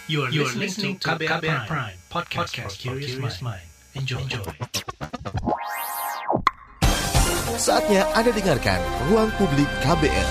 You are listening to KBR Prime, podcast for curious mind. Enjoy. Saatnya Anda dengarkan Ruang Publik KBR.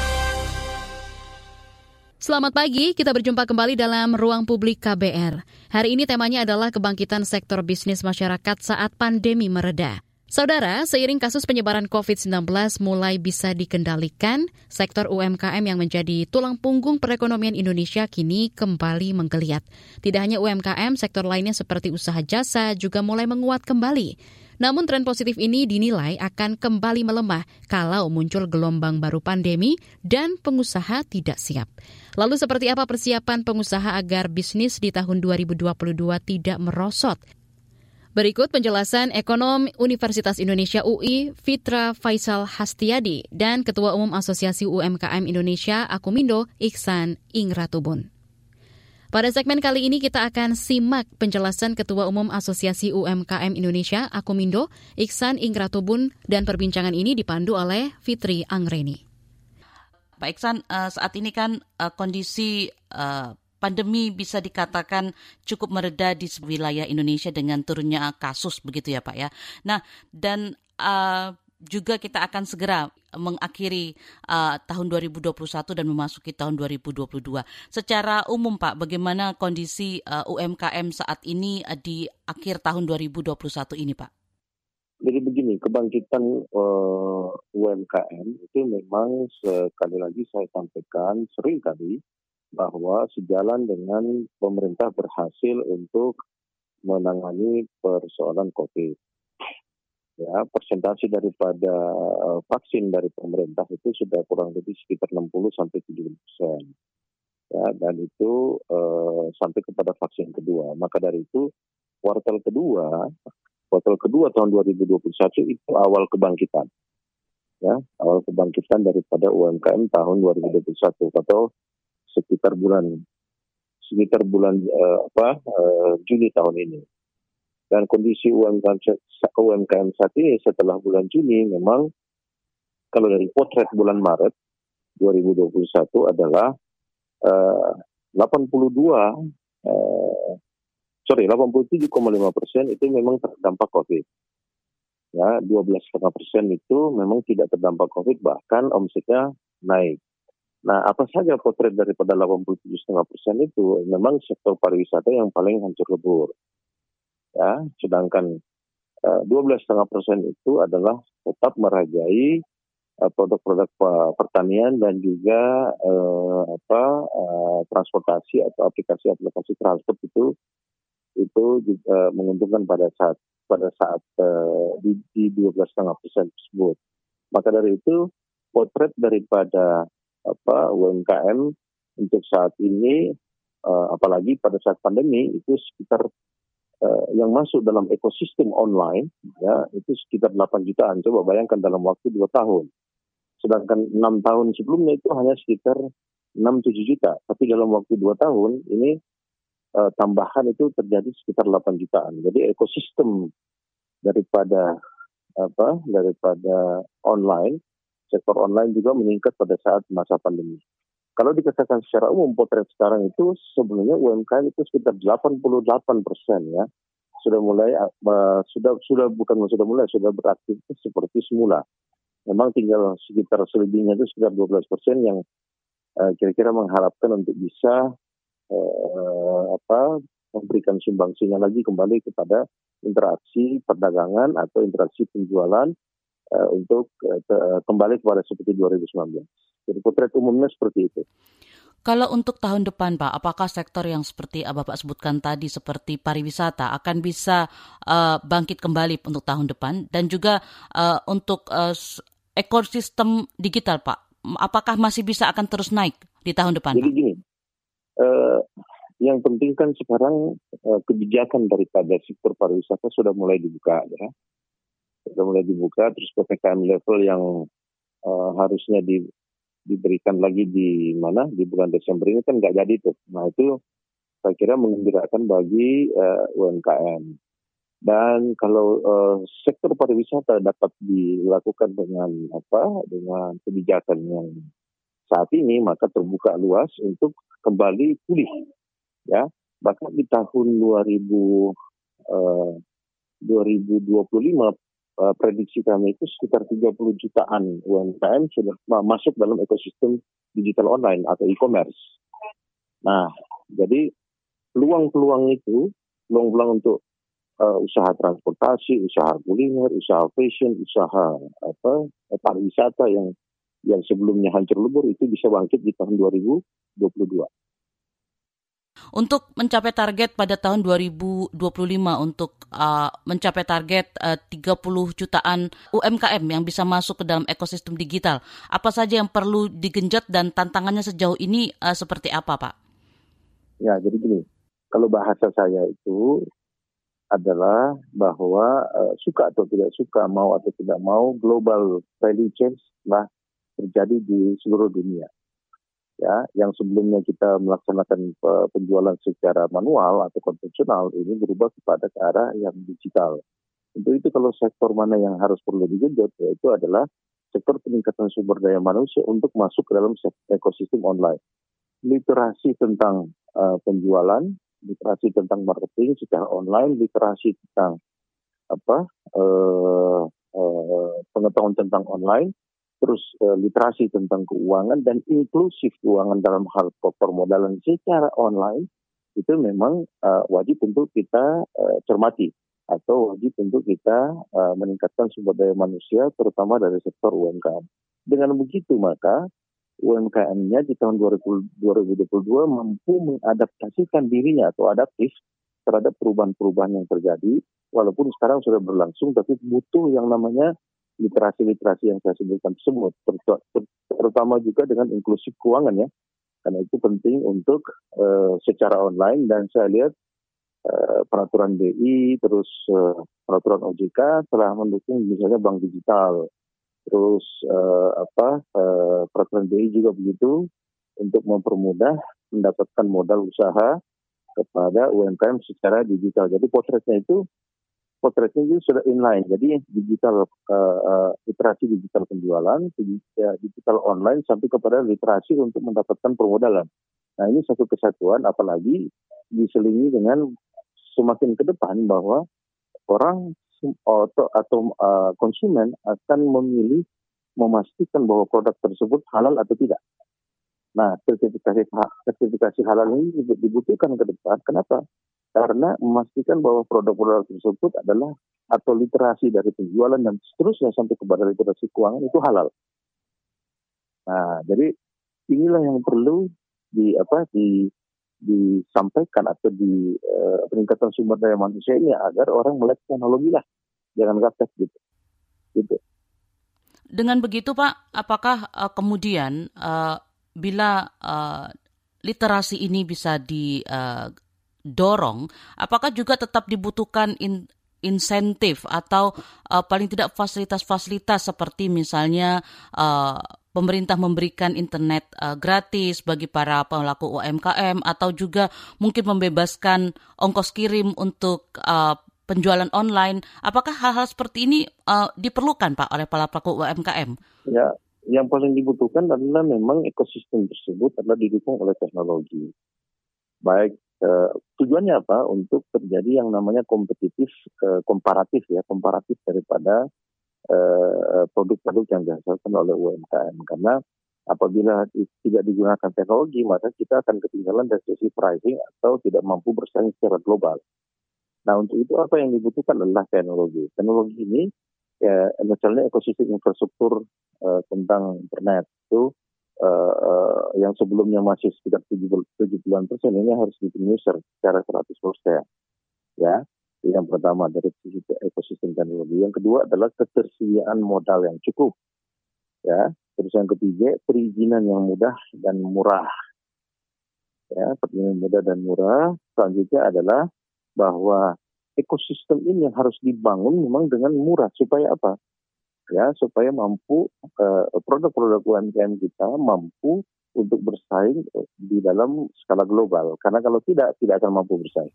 Selamat pagi, kita berjumpa kembali dalam Ruang Publik KBR. Hari ini temanya adalah kebangkitan sektor bisnis masyarakat saat pandemi mereda. Saudara, seiring kasus penyebaran COVID-19 mulai bisa dikendalikan, sektor UMKM yang menjadi tulang punggung perekonomian Indonesia kini kembali menggeliat. Tidak hanya UMKM, sektor lainnya seperti usaha jasa juga mulai menguat kembali. Namun tren positif ini dinilai akan kembali melemah kalau muncul gelombang baru pandemi dan pengusaha tidak siap. Lalu seperti apa persiapan pengusaha agar bisnis di tahun 2022 tidak merosot? Berikut penjelasan ekonom Universitas Indonesia UI, Fitra Faisal Hastiadi, dan Ketua Umum Asosiasi UMKM Indonesia, Akumindo, Iksan Ingratubun. Pada segmen kali ini kita akan simak penjelasan Ketua Umum Asosiasi UMKM Indonesia, Akumindo, Iksan Ingratubun, dan perbincangan ini dipandu oleh Fitri Anggreni. Pak Iksan, saat ini kan kondisi pandemi bisa dikatakan cukup mereda di wilayah Indonesia dengan turunnya kasus begitu ya Pak ya. Nah, dan juga kita akan segera mengakhiri tahun 2021 dan memasuki tahun 2022. Secara umum Pak, bagaimana kondisi UMKM saat ini di akhir tahun 2021 ini Pak? Jadi begini, kebangkitan UMKM itu memang sekali lagi saya sampaikan sering kali bahwa sejalan dengan pemerintah berhasil untuk menangani persoalan COVID. Ya, persentase daripada vaksin dari pemerintah itu sudah kurang lebih sekitar 60-70%. Ya, dan itu sampai kepada vaksin kedua. Maka dari itu kuartal kedua tahun 2021 itu awal kebangkitan. Ya, awal kebangkitan daripada UMKM tahun 2021 atau sekitar bulan Juni tahun ini. Dan kondisi UMKM saat ini setelah bulan Juni memang kalau dari potret bulan Maret 2021 adalah 87,5% itu memang terdampak COVID. Ya, 12,5% itu memang tidak terdampak COVID, bahkan omsetnya naik. Nah, apa saja potret daripada 87,5% itu memang sektor pariwisata yang paling hancur lebur. Ya, sedangkan 12,5% itu adalah tetap merajai produk-produk pertanian dan juga transportasi atau aplikasi-aplikasi transport itu juga menguntungkan pada saat di 12,5% tersebut. Maka dari itu potret daripada UMKM untuk saat ini, apalagi pada saat pandemi itu sekitar yang masuk dalam ekosistem online ya itu sekitar 8 jutaan. Coba bayangkan dalam waktu 2 tahun. Sedangkan 6 tahun sebelumnya itu hanya sekitar 6-7 juta. Tapi dalam waktu 2 tahun ini tambahan itu terjadi sekitar 8 jutaan. Jadi ekosistem daripada online, sektor online juga meningkat pada saat masa pandemi. Kalau dikatakan secara umum potret sekarang itu sebenarnya UMKM itu sekitar 88% ya sudah beraktivitas seperti semula. Memang tinggal sekitar selebihnya itu sekitar 12% yang kira-kira mengharapkan untuk bisa memberikan sumbangsinya lagi kembali kepada interaksi perdagangan atau interaksi penjualan untuk kembali kepada seperti 2019. Jadi potret umumnya seperti itu. Kalau untuk tahun depan Pak, apakah sektor yang seperti Bapak sebutkan tadi seperti pariwisata akan bisa bangkit kembali untuk tahun depan? Dan juga untuk ekosistem digital Pak, apakah masih bisa akan terus naik di tahun depan? Jadi gini, yang penting kan sekarang kebijakan daripada sektor pariwisata sudah mulai dibuka ya. Sudah mulai dibuka, terus PPKM level yang harusnya diberikan lagi di bulan Desember ini kan nggak jadi tuh. Nah itu saya kira menggembirakan bagi UMKM. Dan kalau sektor pariwisata dapat dilakukan dengan kebijakan yang saat ini, maka terbuka luas untuk kembali pulih, ya. Bahkan di tahun 2025 prediksi kami itu sekitar 30 jutaan UMKM sudah masuk dalam ekosistem digital online atau e-commerce. Nah, jadi peluang-peluang untuk usaha transportasi, usaha kuliner, usaha fashion, usaha pariwisata yang sebelumnya hancur lebur itu bisa bangkit di tahun 2022. Untuk mencapai target pada tahun 2025 untuk mencapai target 30 jutaan UMKM yang bisa masuk ke dalam ekosistem digital, apa saja yang perlu digenjot dan tantangannya sejauh ini seperti apa, Pak? Ya, jadi gini, kalau bahasa saya itu adalah bahwa suka atau tidak suka, mau atau tidak mau, global value change telah terjadi di seluruh dunia. Ya, yang sebelumnya kita melaksanakan penjualan secara manual atau konvensional ini berubah kepada ke arah yang digital. Untuk itu kalau sektor mana yang harus perlu digenjot, yaitu adalah sektor peningkatan sumber daya manusia untuk masuk ke dalam ekosistem online. Literasi tentang penjualan, literasi tentang marketing secara online, literasi tentang pengetahuan tentang online, terus literasi tentang keuangan dan inklusif keuangan dalam hal permodalan secara online itu memang wajib untuk kita cermati atau wajib untuk kita meningkatkan sumber daya manusia terutama dari sektor UMKM. Dengan begitu maka UMKM-nya di tahun 2022 mampu mengadaptasikan dirinya atau adaptif terhadap perubahan-perubahan yang terjadi walaupun sekarang sudah berlangsung tapi butuh yang namanya literasi-literasi yang saya sebutkan tersebut, terutama juga dengan inklusif keuangan ya, karena itu penting untuk secara online dan saya lihat peraturan BI, terus peraturan OJK telah mendukung misalnya bank digital, terus peraturan BI juga begitu untuk mempermudah mendapatkan modal usaha kepada UMKM secara digital. Jadi potretnya itu sudah inline. Jadi digital literasi digital penjualan, digital online sampai kepada literasi untuk mendapatkan permodalan. Nah ini satu kesatuan, apalagi diselingi dengan semakin ke depan bahwa orang atau konsumen akan memilih memastikan bahwa produk tersebut halal atau tidak. Nah sertifikasi halal ini dibutuhkan ke depan. Kenapa? Karena memastikan bahwa produk-produk tersebut adalah atau literasi dari penjualan dan seterusnya sampai kepada literasi keuangan itu halal. Nah, jadi inilah yang perlu disampaikan atau di peningkatan sumber daya manusia ini agar orang melek teknologi lah, jangan gaptek gitu. Dengan begitu Pak, apakah kemudian bila literasi ini bisa dorong, apakah juga tetap dibutuhkan insentif atau paling tidak fasilitas-fasilitas seperti misalnya pemerintah memberikan internet gratis bagi para pelaku UMKM atau juga mungkin membebaskan ongkos kirim untuk penjualan online. Apakah hal-hal seperti ini diperlukan Pak oleh para pelaku UMKM? Ya, yang paling dibutuhkan adalah memang ekosistem tersebut adalah didukung oleh teknologi. Baik tujuannya apa? Untuk terjadi yang namanya komparatif daripada produk-produk yang dihasilkan oleh UMKM. Karena apabila tidak digunakan teknologi, maka kita akan ketinggalan dari sisi pricing atau tidak mampu bersaing secara global. Nah, untuk itu apa yang dibutuhkan adalah teknologi. Teknologi ini, misalnya ekosistem infrastruktur tentang internet itu yang sebelumnya masih sekitar 70% ini harus dipenuhi secara 100%. Ya, yang pertama dari sisi ekosistem teknologi. Yang kedua adalah ketersediaan modal yang cukup. Ya, terus yang ketiga perizinan yang mudah dan murah. Ya, perizinan mudah dan murah. Selanjutnya adalah bahwa ekosistem ini yang harus dibangun memang dengan murah supaya apa? Ya, supaya mampu produk-produk UMKM kita mampu untuk bersaing di dalam skala global. Karena kalau tidak akan mampu bersaing.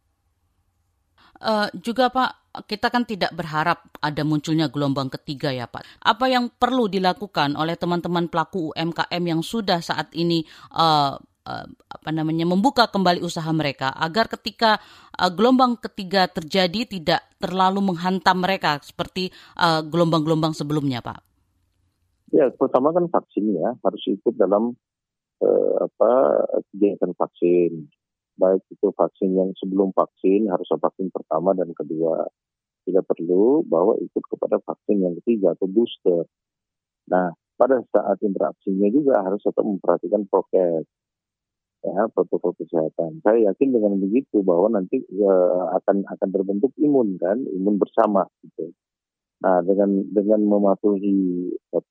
Juga Pak, kita kan tidak berharap ada munculnya gelombang ketiga ya Pak. Apa yang perlu dilakukan oleh teman-teman pelaku UMKM yang sudah saat ini membuka kembali usaha mereka agar ketika gelombang ketiga terjadi tidak terlalu menghantam mereka seperti gelombang-gelombang sebelumnya, Pak? Ya, pertama kan vaksin ya, harus ikut dalam kegiatan vaksin. Baik itu vaksin yang sebelum vaksin, harus vaksin pertama dan kedua. Tidak perlu bahwa ikut kepada vaksin yang ketiga atau booster. Nah, pada saat interaksinya juga harus tetap memperhatikan prokes, ya, protokol kesehatan. Saya yakin dengan begitu bahwa nanti akan terbentuk imun bersama gitu. Nah, dengan mematuhi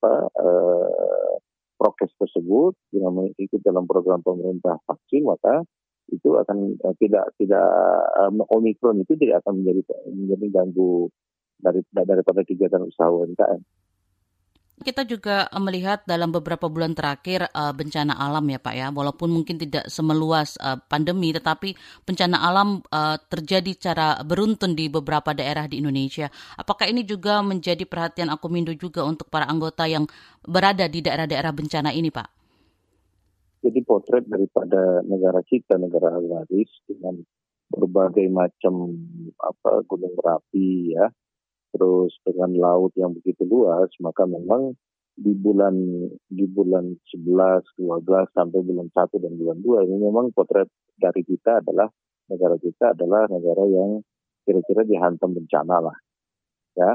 prokes tersebut, dengan mengikuti dalam program pemerintah vaksin, maka itu akan tidak Omikron itu tidak akan menjadi ganggu daripada kegiatan usaha UMKM. Kita juga melihat dalam beberapa bulan terakhir bencana alam ya Pak ya, walaupun mungkin tidak semeluas pandemi, tetapi bencana alam terjadi secara beruntun di beberapa daerah di Indonesia. Apakah ini juga menjadi perhatian Akumindo juga untuk para anggota yang berada di daerah-daerah bencana ini, Pak? Jadi potret daripada negara kita, negara agraris dengan berbagai macam gunung berapi ya, terus dengan laut yang begitu luas, maka memang di bulan 11, 12 sampai bulan 1 dan bulan 2 ini memang potret dari kita adalah negara yang kira-kira dihantam bencana lah ya.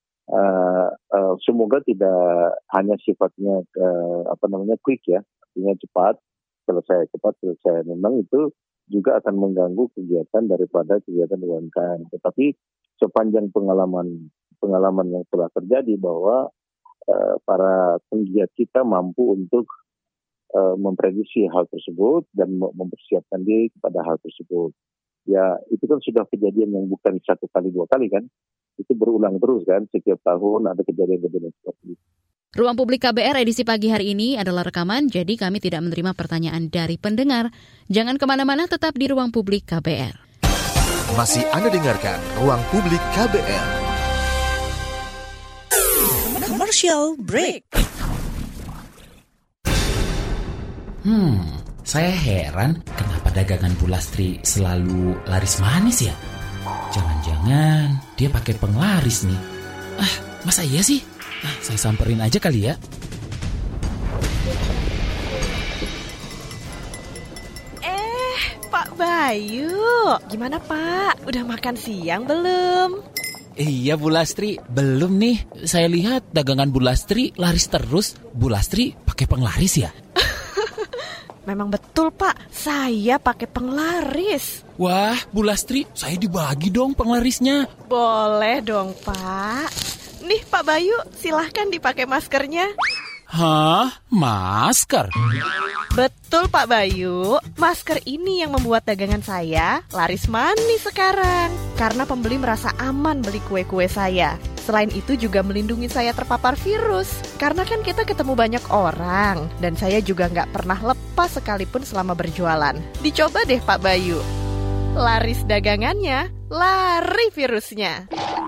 Semoga tidak hanya sifatnya quick ya, artinya cepat selesai. Memang itu juga akan mengganggu kegiatan daripada kegiatan UMKM. Tetapi sepanjang pengalaman yang telah terjadi bahwa para penggiat kita mampu untuk memprediksi hal tersebut dan mempersiapkan diri kepada hal tersebut. Ya, itu kan sudah kejadian yang bukan 1 kali 2 kali kan. Itu berulang terus kan, setiap tahun ada kejadian-kejadian seperti itu. Ruang Publik KBR edisi pagi hari ini adalah rekaman, jadi kami tidak menerima pertanyaan dari pendengar. Jangan kemana-mana, tetap di Ruang Publik KBR. Masih Anda dengarkan Ruang Publik KBR. Commercial break. Saya heran kenapa dagangan Bu Lastri selalu laris manis ya? Jangan-jangan dia pakai penglaris nih. Masa iya sih? Saya samperin aja kali ya. Pak Bayu, gimana Pak? Udah makan siang belum? Iya Bu Lastri, belum nih. Saya lihat dagangan Bu Lastri laris terus. Bu Lastri pakai penglaris ya? Memang betul Pak, saya pakai penglaris. Wah, Bu Lastri, saya dibagi dong penglarisnya. Boleh dong Pak. Nih Pak Bayu, silahkan dipakai maskernya. Hah? Masker? Betul Pak Bayu, masker ini yang membuat dagangan saya laris manis sekarang. Karena pembeli merasa aman beli kue-kue saya. Selain itu juga melindungi saya terpapar virus. Karena kan kita ketemu banyak orang. Dan saya juga nggak pernah lepas sekalipun selama berjualan. Dicoba deh Pak Bayu. Laris dagangannya, lari virusnya.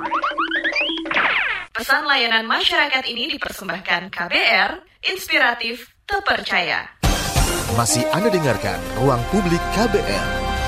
Pesan layanan masyarakat ini dipersembahkan KBR, inspiratif, terpercaya. Masih Anda dengarkan Ruang Publik KBR.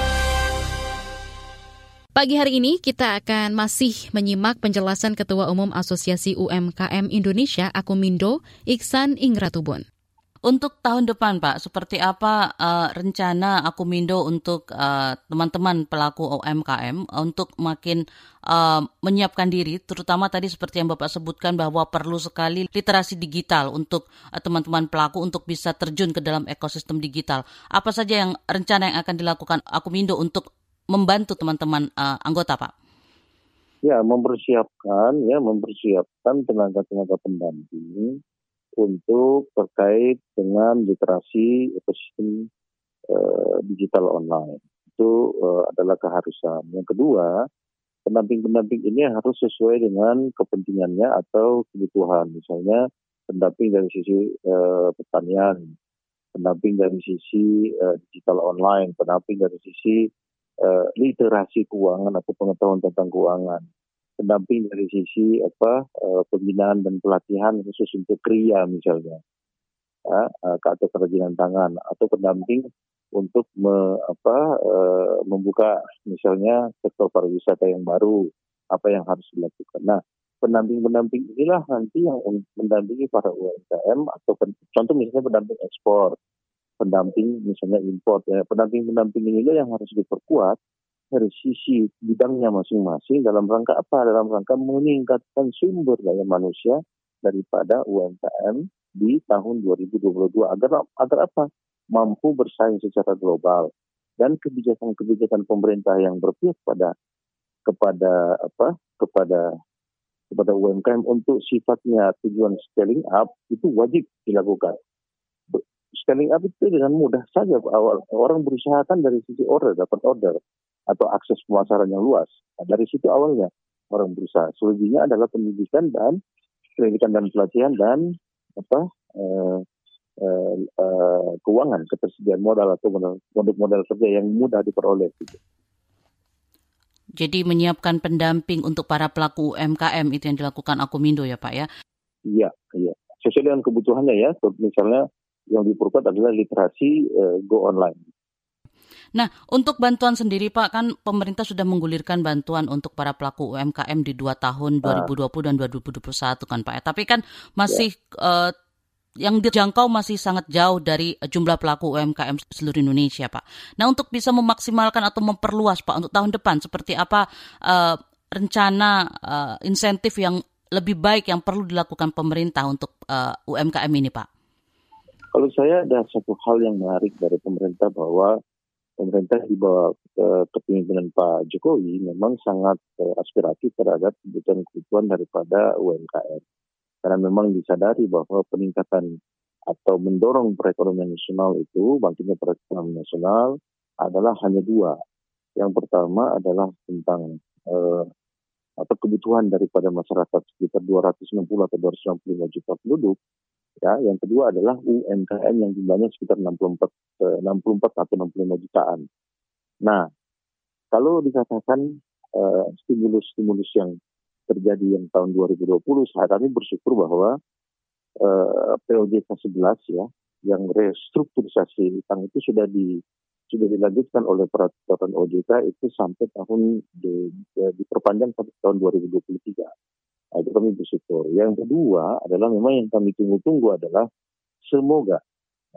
Pagi hari ini kita akan masih menyimak penjelasan Ketua Umum Asosiasi UMKM Indonesia Akumindo, Iksan Ingratubun. Untuk tahun depan, Pak, seperti apa rencana Akumindo untuk teman-teman pelaku UMKM untuk makin menyiapkan diri, terutama tadi seperti yang Bapak sebutkan bahwa perlu sekali literasi digital untuk teman-teman pelaku untuk bisa terjun ke dalam ekosistem digital. Apa saja yang rencana yang akan dilakukan Akumindo untuk membantu teman-teman anggota, Pak? Ya, mempersiapkan tenaga-tenaga pendamping untuk terkait dengan literasi ekosistem digital online. Itu adalah keharusan. Yang kedua, pendamping-pendamping ini harus sesuai dengan kepentingannya atau kebutuhan. Misalnya pendamping dari sisi pertanian, pendamping dari sisi digital online, pendamping dari sisi literasi keuangan atau pengetahuan tentang keuangan, pendamping dari sisi pembinaan dan pelatihan khusus untuk kria misalnya, atau kerajinan tangan, atau pendamping untuk membuka misalnya sektor pariwisata yang baru, apa yang harus dilakukan. Nah, pendamping-pendamping inilah nanti yang mendampingi para UMKM atau contoh misalnya pendamping ekspor, pendamping misalnya impor. Ya. Pendamping-pendamping inilah yang harus diperkuat dari sisi bidangnya masing-masing dalam rangka apa? Dalam rangka meningkatkan sumber daya manusia daripada UMKM di tahun 2022 agar apa? Mampu bersaing secara global, dan kebijakan-kebijakan pemerintah yang berpihak kepada UMKM untuk sifatnya tujuan scaling up itu wajib dilakukan. Scaling up itu dengan mudah saja orang berusaha kan dari sisi dapat order atau akses pemasaran yang luas. Nah, dari situ awalnya orang berusaha. Selebihnya adalah pendidikan dan pelatihan dan keuangan, ketersediaan modal atau modal kerja yang mudah diperoleh. Gitu. Jadi menyiapkan pendamping untuk para pelaku UMKM itu yang dilakukan Akumindo ya Pak ya? Iya. Sesuai dengan kebutuhannya ya. Misalnya yang diperkuat adalah literasi go online. Nah, untuk bantuan sendiri Pak, kan pemerintah sudah menggulirkan bantuan untuk para pelaku UMKM di 2 tahun 2020 dan 2021 kan Pak ya. Tapi kan masih yang dijangkau masih sangat jauh dari jumlah pelaku UMKM seluruh Indonesia, Pak. Nah, untuk bisa memaksimalkan atau memperluas, Pak, untuk tahun depan, seperti apa rencana insentif yang lebih baik yang perlu dilakukan pemerintah untuk UMKM ini, Pak? Kalau saya ada satu hal yang menarik dari pemerintah bahwa pemerintah di bawah kepemimpinan Pak Jokowi memang sangat aspiratif terhadap kebutuhan daripada UMKM. Karena memang disadari bahwa peningkatan atau mendorong perekonomian nasional itu, bangkitnya perekonomian nasional adalah hanya 2. Yang pertama adalah tentang kebutuhan daripada masyarakat sekitar 260 atau 265 juta penduduk. Ya, yang kedua adalah UMKM yang jumlahnya sekitar 64 atau 65 jutaan. Nah, kalau dikatakan stimulus-stimulus yang terjadi yang tahun 2020, kami bersyukur bahwa POJK 11 ya, yang restrukturisasi utang itu sudah dilanjutkan oleh peraturan OJK itu sampai diperpanjang sampai tahun 2023. Nah, itu kami bersyukur. Yang kedua adalah memang yang kami tunggu-tunggu adalah semoga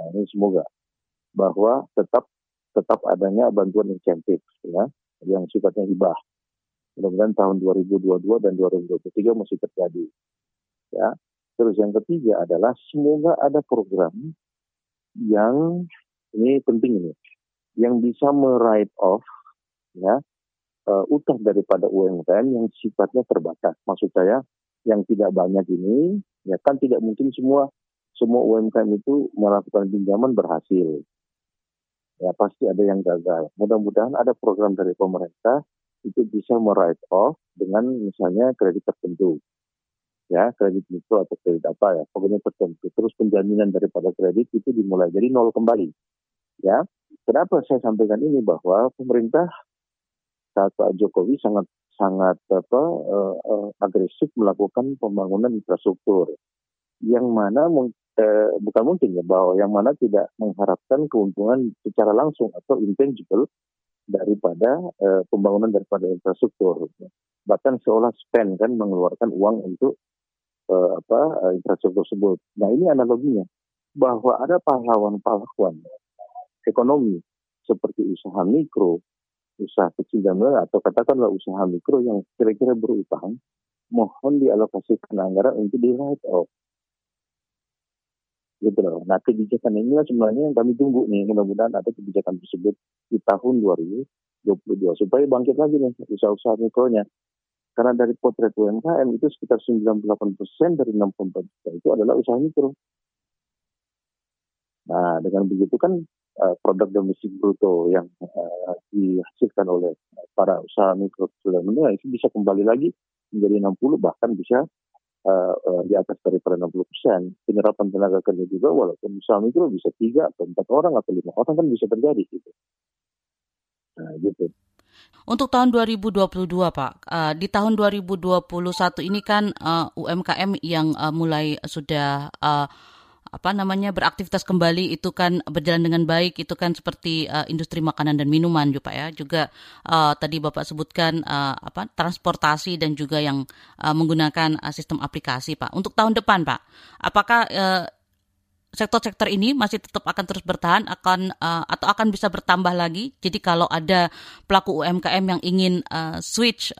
bahwa tetap adanya bantuan insentif ya, yang sifatnya hibah. Mudah-mudahan tahun 2022 dan 2023 masih terjadi. Ya. Terus yang ketiga adalah semoga ada program yang ini penting ini, yang bisa write off ya utang daripada UMKM yang sifatnya terbatas. Maksud saya yang tidak banyak ini, ya kan tidak mungkin semua UMKM itu melakukan pinjaman berhasil. Ya pasti ada yang gagal. Mudah-mudahan ada program dari pemerintah itu bisa write off dengan misalnya kredit tertentu. Ya, kredit mikro atau kredit apa ya, pokoknya tertentu. Terus penjaminan daripada kredit itu dimulai jadi 0 kembali. Ya, kenapa saya sampaikan ini bahwa pemerintah saat Pak Jokowi sangat agresif melakukan pembangunan infrastruktur yang mana bukan mungkin ya bahwa yang mana tidak mengharapkan keuntungan secara langsung atau intangible daripada pembangunan daripada infrastruktur. Bahkan seolah spend kan mengeluarkan uang untuk infrastruktur tersebut. Nah, ini analoginya bahwa ada pahlawan-pahlawan ekonomi seperti usaha mikro, usaha kecil dan menengah atau katakanlah usaha mikro yang kira-kira berutang, mohon dialokasikan anggaran untuk di write off. Gitu loh. Nah, kebijakan inilah sebenarnya yang kami tunggu nih. Mudah-mudahan ada kebijakan tersebut di tahun 2022 supaya bangkit lagi nih usaha-usaha mikronya. Karena dari potret UMKM itu sekitar 98% dari 64 juta itu adalah usaha mikro. Nah, dengan begitu kan produk domestik bruto yang dihasilkan oleh para usaha mikro kecil dan menengah itu bisa kembali lagi menjadi 60 bahkan bisa di atas daripada 60%. Penyerapan tenaga kerja juga walaupun usaha mikro bisa 3 atau 4 orang atau 5 orang kan bisa terjadi gitu. Nah, gitu. Untuk tahun 2022 Pak, di tahun 2021 ini kan UMKM yang mulai sudah beraktivitas kembali itu kan berjalan dengan baik, itu kan seperti industri makanan dan minuman juga Pak ya. Juga tadi Bapak sebutkan transportasi dan juga yang menggunakan sistem aplikasi Pak. Untuk tahun depan Pak, apakah sektor-sektor ini masih tetap akan terus bertahan atau akan bisa bertambah lagi? Jadi kalau ada pelaku UMKM yang ingin switch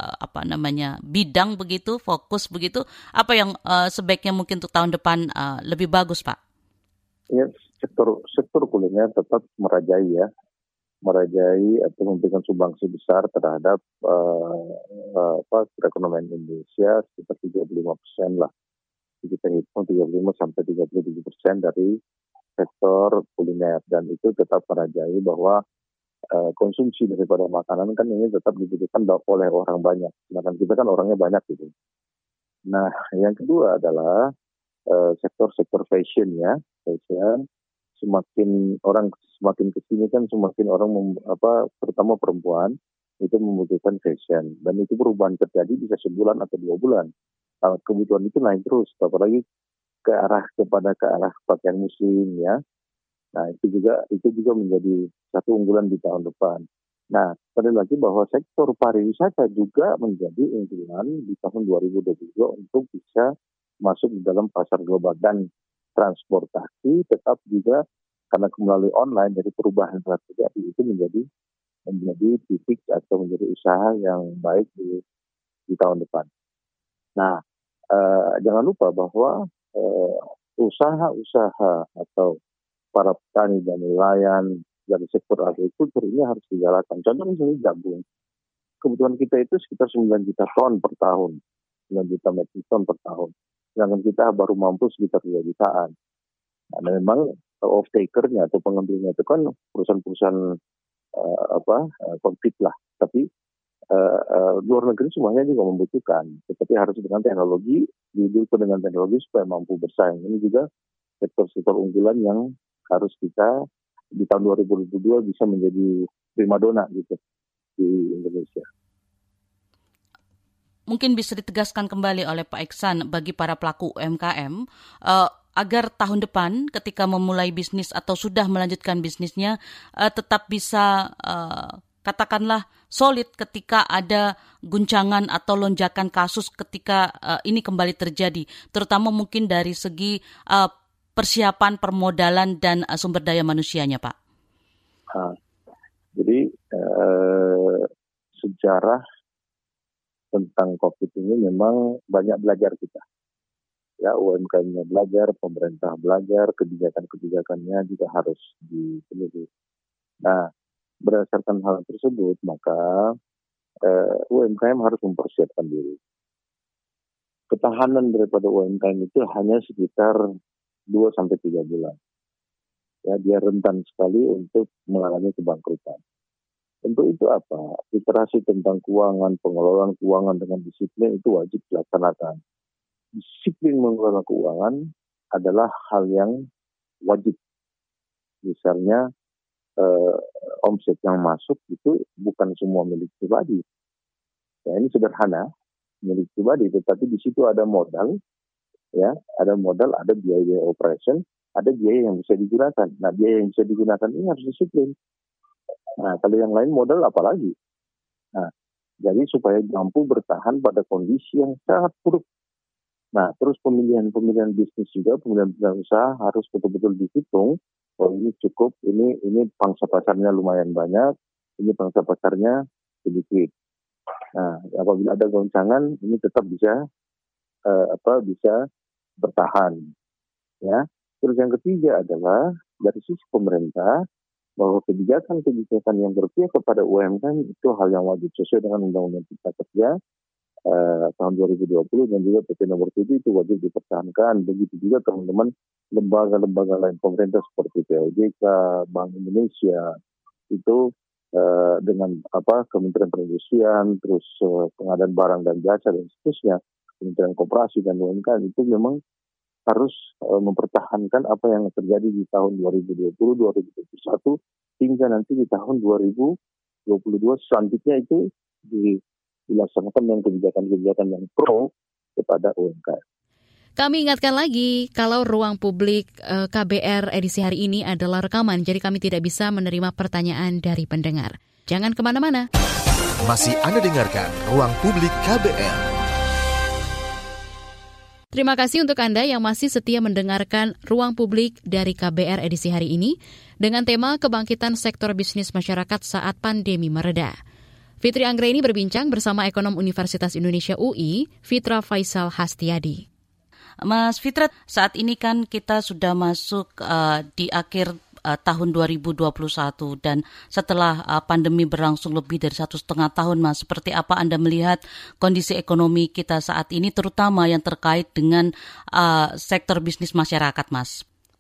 bidang begitu, fokus begitu, apa yang sebaiknya mungkin untuk tahun depan lebih bagus, Pak? Ya, sektor kuliner tetap merajai atau memberikan sumbangsi besar terhadap perekonomian Indonesia sekitar 35% lah. Kita hitung 35-37% dari sektor kuliner, dan itu tetap merajai bahwa konsumsi daripada makanan kan ini tetap dibutuhkan oleh orang banyak. Sedangkan kita kan orangnya banyak gitu. Nah, yang kedua adalah sektor fashion ya. Fashion semakin kesini kan semakin orang terutama perempuan itu membutuhkan fashion, dan itu perubahan terjadi bisa sebulan atau 2 bulan. Kebutuhan itu naik terus, apalagi ke arah pakaian muslim ya. Nah itu juga menjadi satu unggulan di tahun depan. Nah sekali lagi bahwa sektor pariwisata juga menjadi unggulan di tahun 2022 untuk bisa masuk di dalam pasar global, dan transportasi tetap juga karena melalui online dari perubahan telah terjadi itu menjadi titik atau menjadi usaha yang baik di tahun depan. Nah, jangan lupa bahwa usaha-usaha atau para petani dan nelayan dari sektor agrikultur ini harus digalakkan. Contoh misalnya jagung. Kebutuhan kita itu sekitar 9 juta ton per tahun, 9 juta metrik ton per tahun. Sedangkan kita baru mampu sekitar 2 jutaan. Nah, memang off-takernya atau pengambilnya itu kan perusahaan-perusahaan konflik lah. Tapi luar negeri semuanya juga membutuhkan, tetapi harus dengan teknologi, didukung dengan teknologi supaya mampu bersaing. Ini juga sektor-sektor unggulan yang harus kita di tahun 2022 bisa menjadi primadona gitu di Indonesia. Mungkin bisa ditegaskan kembali oleh Pak Iksan bagi para pelaku UMKM agar tahun depan ketika memulai bisnis atau sudah melanjutkan bisnisnya tetap bisa katakanlah solid ketika ada guncangan atau lonjakan kasus ketika ini kembali terjadi, terutama mungkin dari segi persiapan, permodalan, dan sumber daya manusianya, Pak. Jadi sejarah tentang COVID ini memang banyak belajar kita. Ya, UMKM-nya belajar, pemerintah belajar, kebijakan-kebijakannya juga harus dipenuhi. Nah, berdasarkan hal tersebut, maka UMKM harus mempersiapkan diri. Ketahanan daripada UMKM itu hanya sekitar 2-3 bulan. Ya, dia rentan sekali untuk mengalami kebangkrutan. Untuk itu apa? Literasi tentang keuangan, pengelolaan keuangan dengan disiplin itu wajib dilaksanakan. Disiplin mengelola keuangan adalah hal yang wajib. Misalnya, omset yang masuk itu bukan semua milik pribadi. Ya, ini sederhana, milik pribadi, tetapi di situ ada modal, ya, ada biaya operation, ada biaya yang bisa digunakan. Nah, biaya yang bisa digunakan ini harus disiplin. Nah, kalau yang lain modal apalagi. Nah, jadi supaya mampu bertahan pada kondisi yang sangat buruk. Nah, terus pemilihan bisnis juga, pemilihan usaha harus betul-betul dihitung. Oh, ini cukup, ini pangsa pasarnya lumayan banyak, ini pangsa pasarnya sedikit. Nah, apabila ada goncangan, ini tetap bisa bertahan. Ya. Terus yang ketiga adalah dari sisi pemerintah, bahwa kebijakan-kebijakan yang berpihak kepada UMKM itu hal yang wajib sesuai dengan Undang-Undang Cipta Kerja tahun 2020 dan juga PP nomor 7 itu wajib dipertahankan. Begitu juga teman-teman lembaga-lembaga lain pemerintah seperti POJK, Bank Indonesia itu dengan Kementerian Perindustrian, terus pengadaan barang dan jasa dan seterusnya, Kementerian Koperasi dan UMKM itu memang harus mempertahankan apa yang terjadi di tahun 2020, 2021 hingga nanti di tahun 2022 selanjutnya itu dilaksanakan dengan kebijakan-kebijakan yang pro kepada UMKM. Kami ingatkan lagi, kalau ruang publik KBR edisi hari ini adalah rekaman, jadi kami tidak bisa menerima pertanyaan dari pendengar. Jangan kemana-mana. Masih Anda dengarkan Ruang Publik KBR. Terima kasih untuk Anda yang masih setia mendengarkan Ruang Publik dari KBR edisi hari ini dengan tema kebangkitan sektor bisnis masyarakat saat pandemi mereda. Fitri Anggraini berbincang bersama ekonom Universitas Indonesia UI, Fitra Faisal Hastiadi. Mas Fitra, saat ini kan kita sudah masuk di akhir tahun 2021 dan setelah pandemi berlangsung lebih dari 1,5 tahun, Mas, seperti apa Anda melihat kondisi ekonomi kita saat ini, terutama yang terkait dengan sektor bisnis masyarakat, Mas?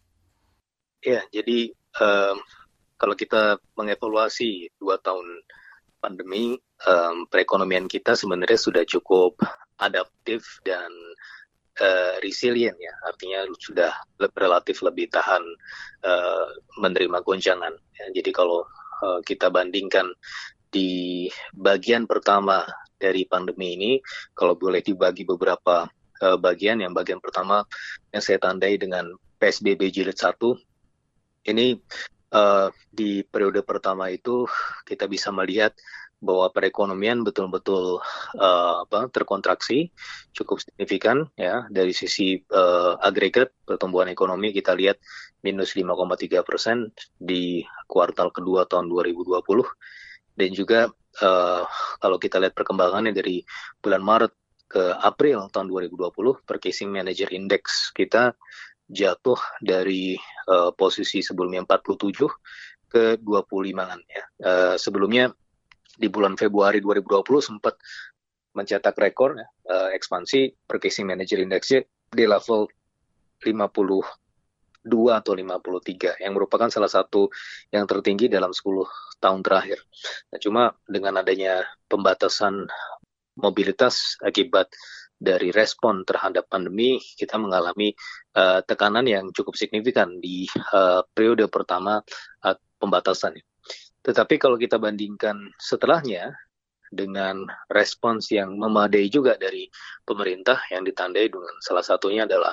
Ya, jadi kalau kita mengevaluasi 2 tahun pandemi, perekonomian kita sebenarnya sudah cukup adaptif dan resilient ya, artinya sudah relatif lebih tahan menerima goncangan. Ya, jadi kalau kita bandingkan di bagian pertama dari pandemi ini, kalau boleh dibagi beberapa bagian, yang bagian pertama yang saya tandai dengan PSBB jilid 1, ini di periode pertama itu kita bisa melihat bahwa perekonomian betul-betul terkontraksi cukup signifikan ya, dari sisi agregat pertumbuhan ekonomi kita lihat minus 5,3% di kuartal kedua tahun 2020, dan juga kalau kita lihat perkembangannya dari bulan Maret ke April tahun 2020, Purchasing Manager Index kita jatuh dari posisi sebelumnya 47 ke 25-an ya. Sebelumnya di bulan Februari 2020 sempat mencetak rekor ya, ekspansi Purchasing Manager Index-nya di level 52 atau 53, yang merupakan salah satu yang tertinggi dalam 10 tahun terakhir. Nah, cuma dengan adanya pembatasan mobilitas akibat dari respon terhadap pandemi, kita mengalami tekanan yang cukup signifikan di periode pertama pembatasan. Tetapi kalau kita bandingkan setelahnya dengan respons yang memadai juga dari pemerintah yang ditandai dengan salah satunya adalah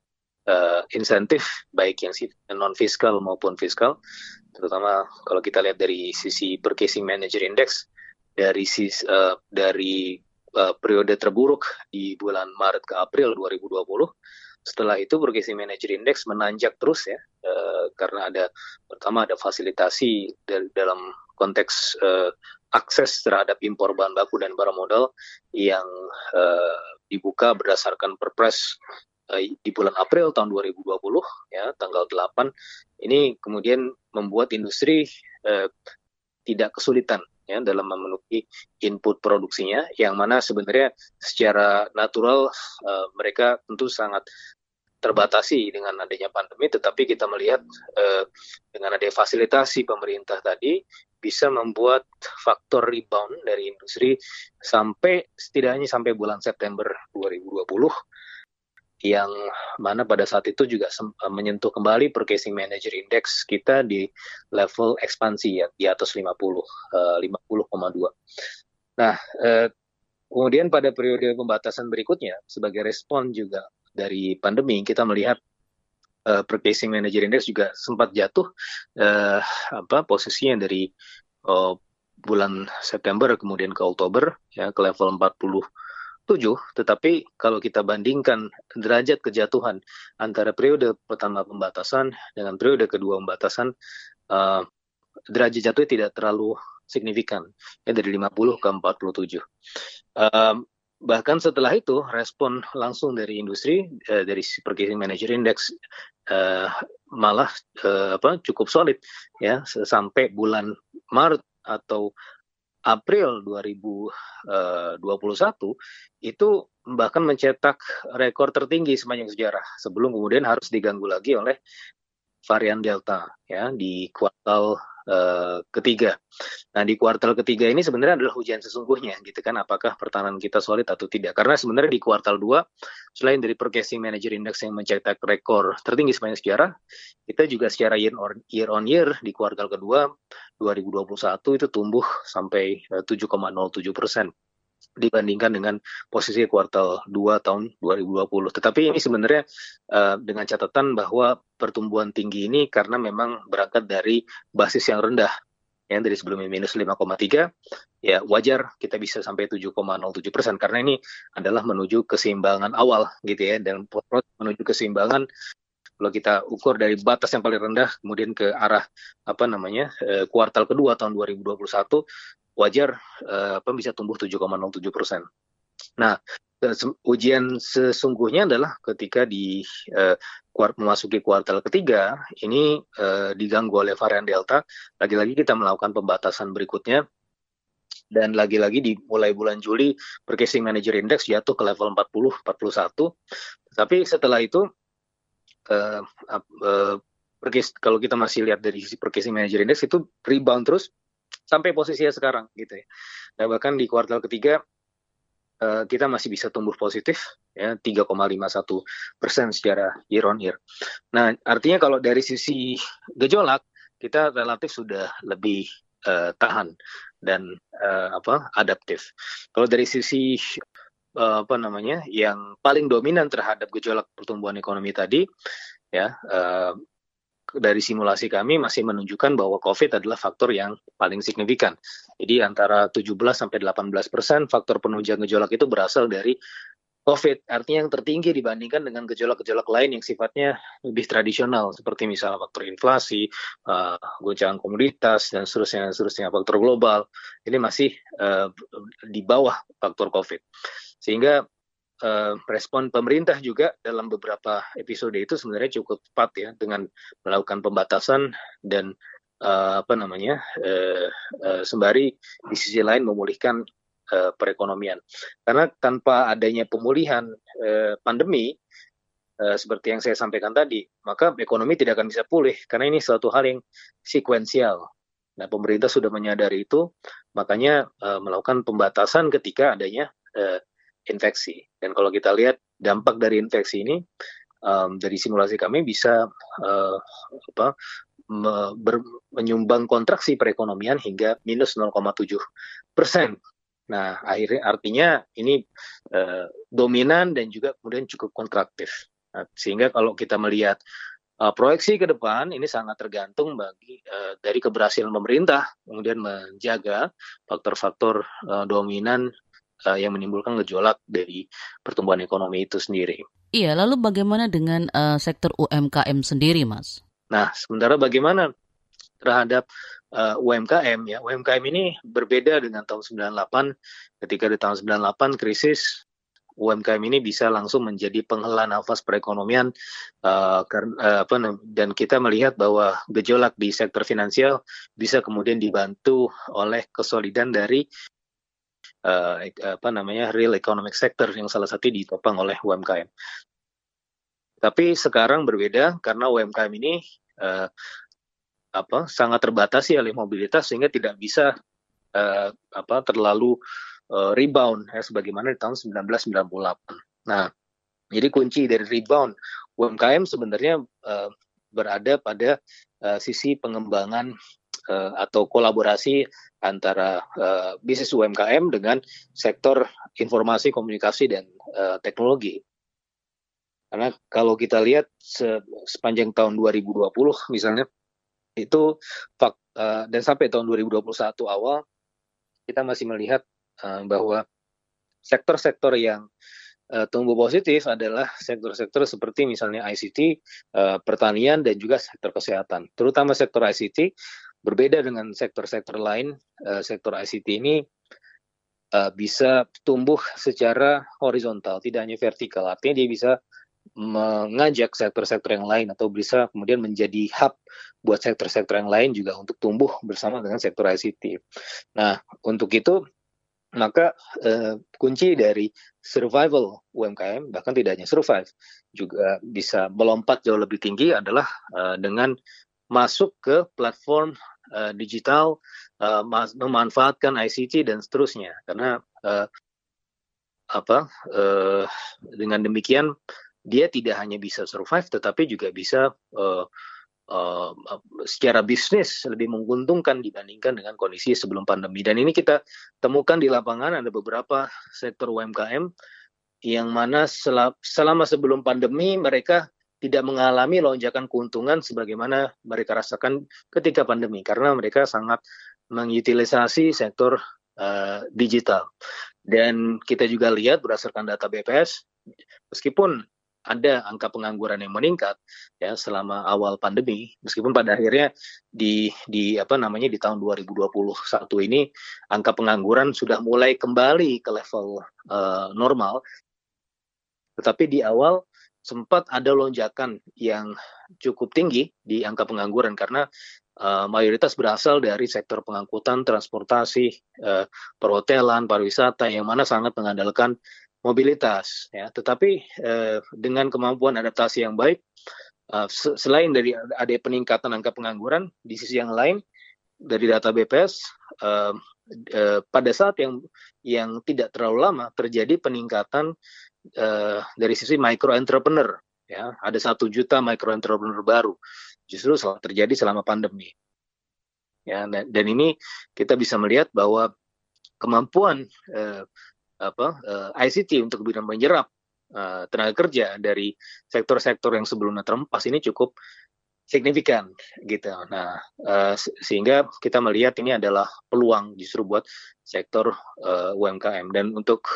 insentif baik yang non-fiskal maupun fiskal, terutama kalau kita lihat dari sisi Purchasing Manager Index dari periode terburuk di bulan Maret ke April 2020. Setelah itu Purchasing Manager Index menanjak terus ya, karena pertama ada fasilitasi dalam konteks akses terhadap impor bahan baku dan barang modal yang dibuka berdasarkan Perpres di bulan April tahun 2020 ya, tanggal 8. Ini kemudian membuat industri tidak kesulitan ya dalam memenuhi input produksinya, yang mana sebenarnya secara natural mereka tentu sangat terbatasi dengan adanya pandemi, tetapi kita melihat dengan adanya fasilitasi pemerintah tadi bisa membuat faktor rebound dari industri setidaknya sampai bulan September 2020, yang mana pada saat itu juga menyentuh kembali Purchasing Manager Index kita di level ekspansi ya, di atas 50,2. Nah, kemudian pada periode pembatasan berikutnya sebagai respon juga dari pandemi, kita melihat Purchasing Manager Index juga sempat jatuh posisinya dari bulan September kemudian ke Oktober ya, ke level 47, tetapi kalau kita bandingkan derajat kejatuhan antara periode pertama pembatasan dengan periode kedua pembatasan, derajat jatuhnya tidak terlalu signifikan ya, dari 50 ke 47. Bahkan setelah itu respon langsung dari industri dari Purchasing Manager Index malah cukup solid ya, sampai bulan Maret atau April 2021 itu bahkan mencetak rekor tertinggi sepanjang sejarah, sebelum kemudian harus diganggu lagi oleh varian Delta ya di kuartal ketiga. Nah, di kuartal ketiga ini sebenarnya adalah ujian sesungguhnya gitu kan, apakah pertahanan kita solid atau tidak. Karena sebenarnya di kuartal 2 selain dari Purchasing Manager Index yang mencetak rekor tertinggi sepanjang sejarah, kita juga secara year on year di kuartal kedua 2021 itu tumbuh sampai 7,07%. dibandingkan dengan posisi kuartal 2 tahun 2020. Tetapi ini sebenarnya dengan catatan bahwa pertumbuhan tinggi ini karena memang berangkat dari basis yang rendah. Yang dari sebelumnya minus 5,3, ya wajar kita bisa sampai 7,07%, karena ini adalah menuju keseimbangan awal gitu ya, dan menuju keseimbangan kalau kita ukur dari batas yang paling rendah kemudian ke arah kuartal kedua tahun 2021, wajar bisa tumbuh 7,07%. Nah, ujian sesungguhnya adalah ketika memasuki kuartal ketiga, ini diganggu oleh varian Delta. Lagi-lagi kita melakukan pembatasan berikutnya, dan lagi-lagi di mulai bulan Juli, Purchasing Manager Index jatuh ke level 40-41. Tapi setelah itu, kalau kita masih lihat dari sisi Purchasing Manager Index, itu rebound terus sampai posisinya sekarang gitu ya. Nah, bahkan di kuartal ketiga kita masih bisa tumbuh positif ya 3,51% secara year on year. Nah, artinya kalau dari sisi gejolak kita relatif sudah lebih tahan dan adaptif. Kalau dari sisi yang paling dominan terhadap gejolak pertumbuhan ekonomi tadi ya, dari simulasi kami masih menunjukkan bahwa COVID adalah faktor yang paling signifikan. Jadi antara 17-18% faktor penunjang gejolak itu berasal dari COVID. Artinya yang tertinggi dibandingkan dengan gejolak-gejolak lain yang sifatnya lebih tradisional, seperti misalnya faktor inflasi, goncangan komoditas, dan seterusnya, faktor global. Ini masih di bawah faktor COVID. Sehingga respon pemerintah juga dalam beberapa episode itu sebenarnya cukup tepat ya, dengan melakukan pembatasan dan sembari di sisi lain memulihkan perekonomian. Karena tanpa adanya pemulihan pandemi seperti yang saya sampaikan tadi, maka ekonomi tidak akan bisa pulih, karena ini suatu hal yang sekuensial. Nah, pemerintah sudah menyadari itu, makanya melakukan pembatasan ketika adanya infeksi. Dan kalau kita lihat dampak dari infeksi ini, dari simulasi kami bisa menyumbang kontraksi perekonomian hingga minus 0,7%. Nah, artinya ini dominan dan juga kemudian cukup kontraktif. Nah, sehingga kalau kita melihat proyeksi ke depan, ini sangat tergantung dari keberhasilan pemerintah kemudian menjaga faktor-faktor dominan yang menimbulkan gejolak dari pertumbuhan ekonomi itu sendiri. Iya, lalu bagaimana dengan sektor UMKM sendiri, Mas? Nah, sementara bagaimana terhadap UMKM ya? UMKM ini berbeda dengan tahun 98. Ketika di tahun 98 krisis, UMKM ini bisa langsung menjadi penghela nafas perekonomian, dan kita melihat bahwa gejolak di sektor finansial bisa kemudian dibantu oleh kesolidan dari real economic sector yang salah satu ditopang oleh UMKM. Tapi sekarang berbeda karena UMKM ini sangat terbatasi oleh mobilitas, sehingga tidak bisa terlalu rebound sebagaimana di tahun 1998. Nah, jadi kunci dari rebound UMKM sebenarnya berada pada sisi pengembangan atau kolaborasi antara bisnis UMKM dengan sektor informasi, komunikasi, dan teknologi. Karena kalau kita lihat sepanjang tahun 2020 misalnya, itu dan sampai tahun 2021 awal, kita masih melihat bahwa sektor-sektor yang tumbuh positif adalah sektor-sektor seperti misalnya ICT, pertanian, dan juga sektor kesehatan. Terutama sektor ICT, berbeda dengan sektor-sektor lain, sektor ICT ini bisa tumbuh secara horizontal, tidak hanya vertikal. Artinya dia bisa mengajak sektor-sektor yang lain atau bisa kemudian menjadi hub buat sektor-sektor yang lain juga untuk tumbuh bersama dengan sektor ICT. Nah, untuk itu maka kunci dari survival UMKM, bahkan tidak hanya survive, juga bisa melompat jauh lebih tinggi adalah dengan masuk ke platform digital, memanfaatkan ICT dan seterusnya. Karena dengan demikian dia tidak hanya bisa survive, tetapi juga bisa secara bisnis lebih menguntungkan dibandingkan dengan kondisi sebelum pandemi. Dan ini kita temukan di lapangan ada beberapa sektor UMKM yang mana selama sebelum pandemi mereka tidak mengalami lonjakan keuntungan sebagaimana mereka rasakan ketika pandemi, karena mereka sangat mengutilisasi sektor digital. Dan kita juga lihat berdasarkan data BPS, meskipun ada angka pengangguran yang meningkat ya selama awal pandemi, meskipun pada akhirnya di tahun 2021 ini angka pengangguran sudah mulai kembali ke level normal, tetapi di awal sempat ada lonjakan yang cukup tinggi di angka pengangguran karena mayoritas berasal dari sektor pengangkutan, transportasi, perhotelan, pariwisata yang mana sangat mengandalkan mobilitas. Ya. Tetapi dengan kemampuan adaptasi yang baik, selain dari ada peningkatan angka pengangguran, di sisi yang lain dari data BPS pada saat yang tidak terlalu lama terjadi peningkatan dari sisi micro entrepreneur, ya ada 1 juta micro entrepreneur baru justru terjadi selama pandemi, ya dan ini kita bisa melihat bahwa kemampuan ICT untuk bisa menyerap tenaga kerja dari sektor-sektor yang sebelumnya terhempas ini cukup signifikan gitu. Nah, sehingga kita melihat ini adalah peluang justru buat sektor UMKM. Dan untuk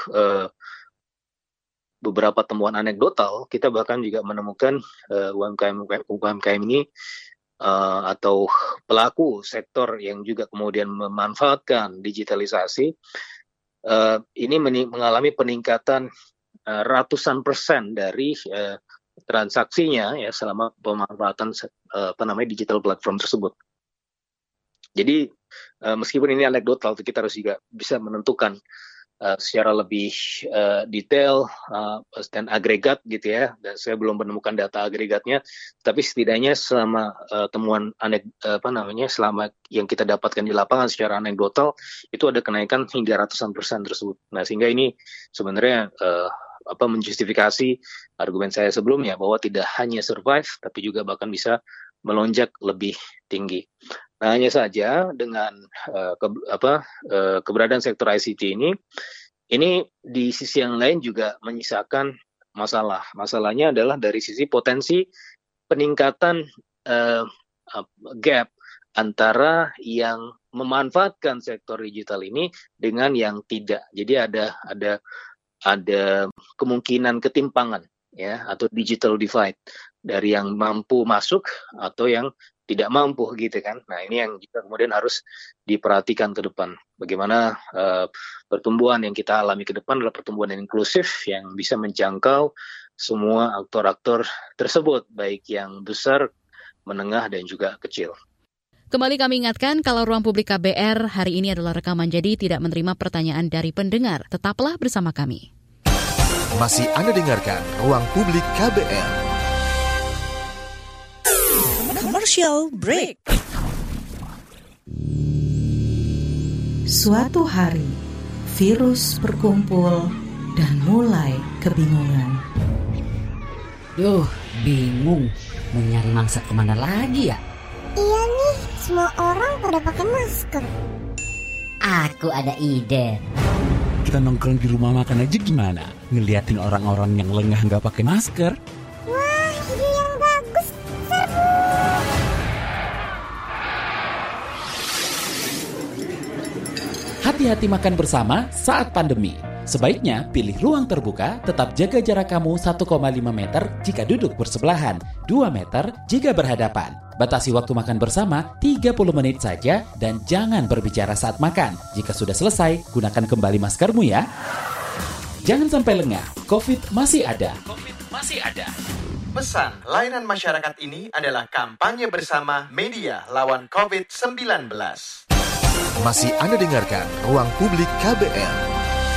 beberapa temuan anekdotal, kita bahkan juga menemukan UMKM ini atau pelaku sektor yang juga kemudian memanfaatkan digitalisasi ini mengalami peningkatan ratusan persen dari transaksinya ya selama pemanfaatan digital platform tersebut. Jadi meskipun ini anekdotal, kita harus juga bisa menentukan secara lebih detail dan agregat gitu ya. Dan saya belum menemukan data agregatnya, tapi setidaknya selama temuan selama yang kita dapatkan di lapangan secara anekdotal itu ada kenaikan hingga ratusan persen tersebut. Nah, sehingga ini sebenarnya menjustifikasi argumen saya sebelumnya bahwa tidak hanya survive tapi juga bahkan bisa melonjak lebih tinggi. Nah, hanya saja dengan keberadaan sektor ICT ini di sisi yang lain juga menyisakan masalah. Masalahnya adalah dari sisi potensi peningkatan gap antara yang memanfaatkan sektor digital ini dengan yang tidak. Jadi ada kemungkinan ketimpangan ya atau digital divide dari yang mampu masuk atau yang tidak mampu gitu kan. Nah, ini yang juga kemudian harus diperhatikan ke depan. Bagaimana pertumbuhan yang kita alami ke depan adalah pertumbuhan yang inklusif yang bisa menjangkau semua aktor-aktor tersebut, baik yang besar, menengah, dan juga kecil. Kembali kami ingatkan kalau Ruang Publik KBR hari ini adalah rekaman, jadi tidak menerima pertanyaan dari pendengar. Tetaplah bersama kami. Masih Anda dengarkan Ruang Publik KBR. Commercial break. Suatu hari, virus berkumpul dan mulai kebingungan. Duh, bingung. Mau nyari mangsa kemana lagi ya? Iya nih, semua orang pada pakai masker. Aku ada ide. Kita nongkrong di rumah makan aja gimana? Ngeliatin orang-orang yang lengah nggak pakai masker. Wah, ide yang bagus. Seru. Hati-hati makan bersama saat pandemi. Sebaiknya pilih ruang terbuka, tetap jaga jarak kamu 1,5 meter jika duduk bersebelahan, 2 meter jika berhadapan. Batasi waktu makan bersama 30 menit saja dan jangan berbicara saat makan. Jika sudah selesai, gunakan kembali maskermu ya. Jangan sampai lengah, COVID masih ada. Pesan layanan masyarakat ini adalah kampanye bersama media lawan COVID-19. Masih Anda dengarkan Ruang Publik KBR.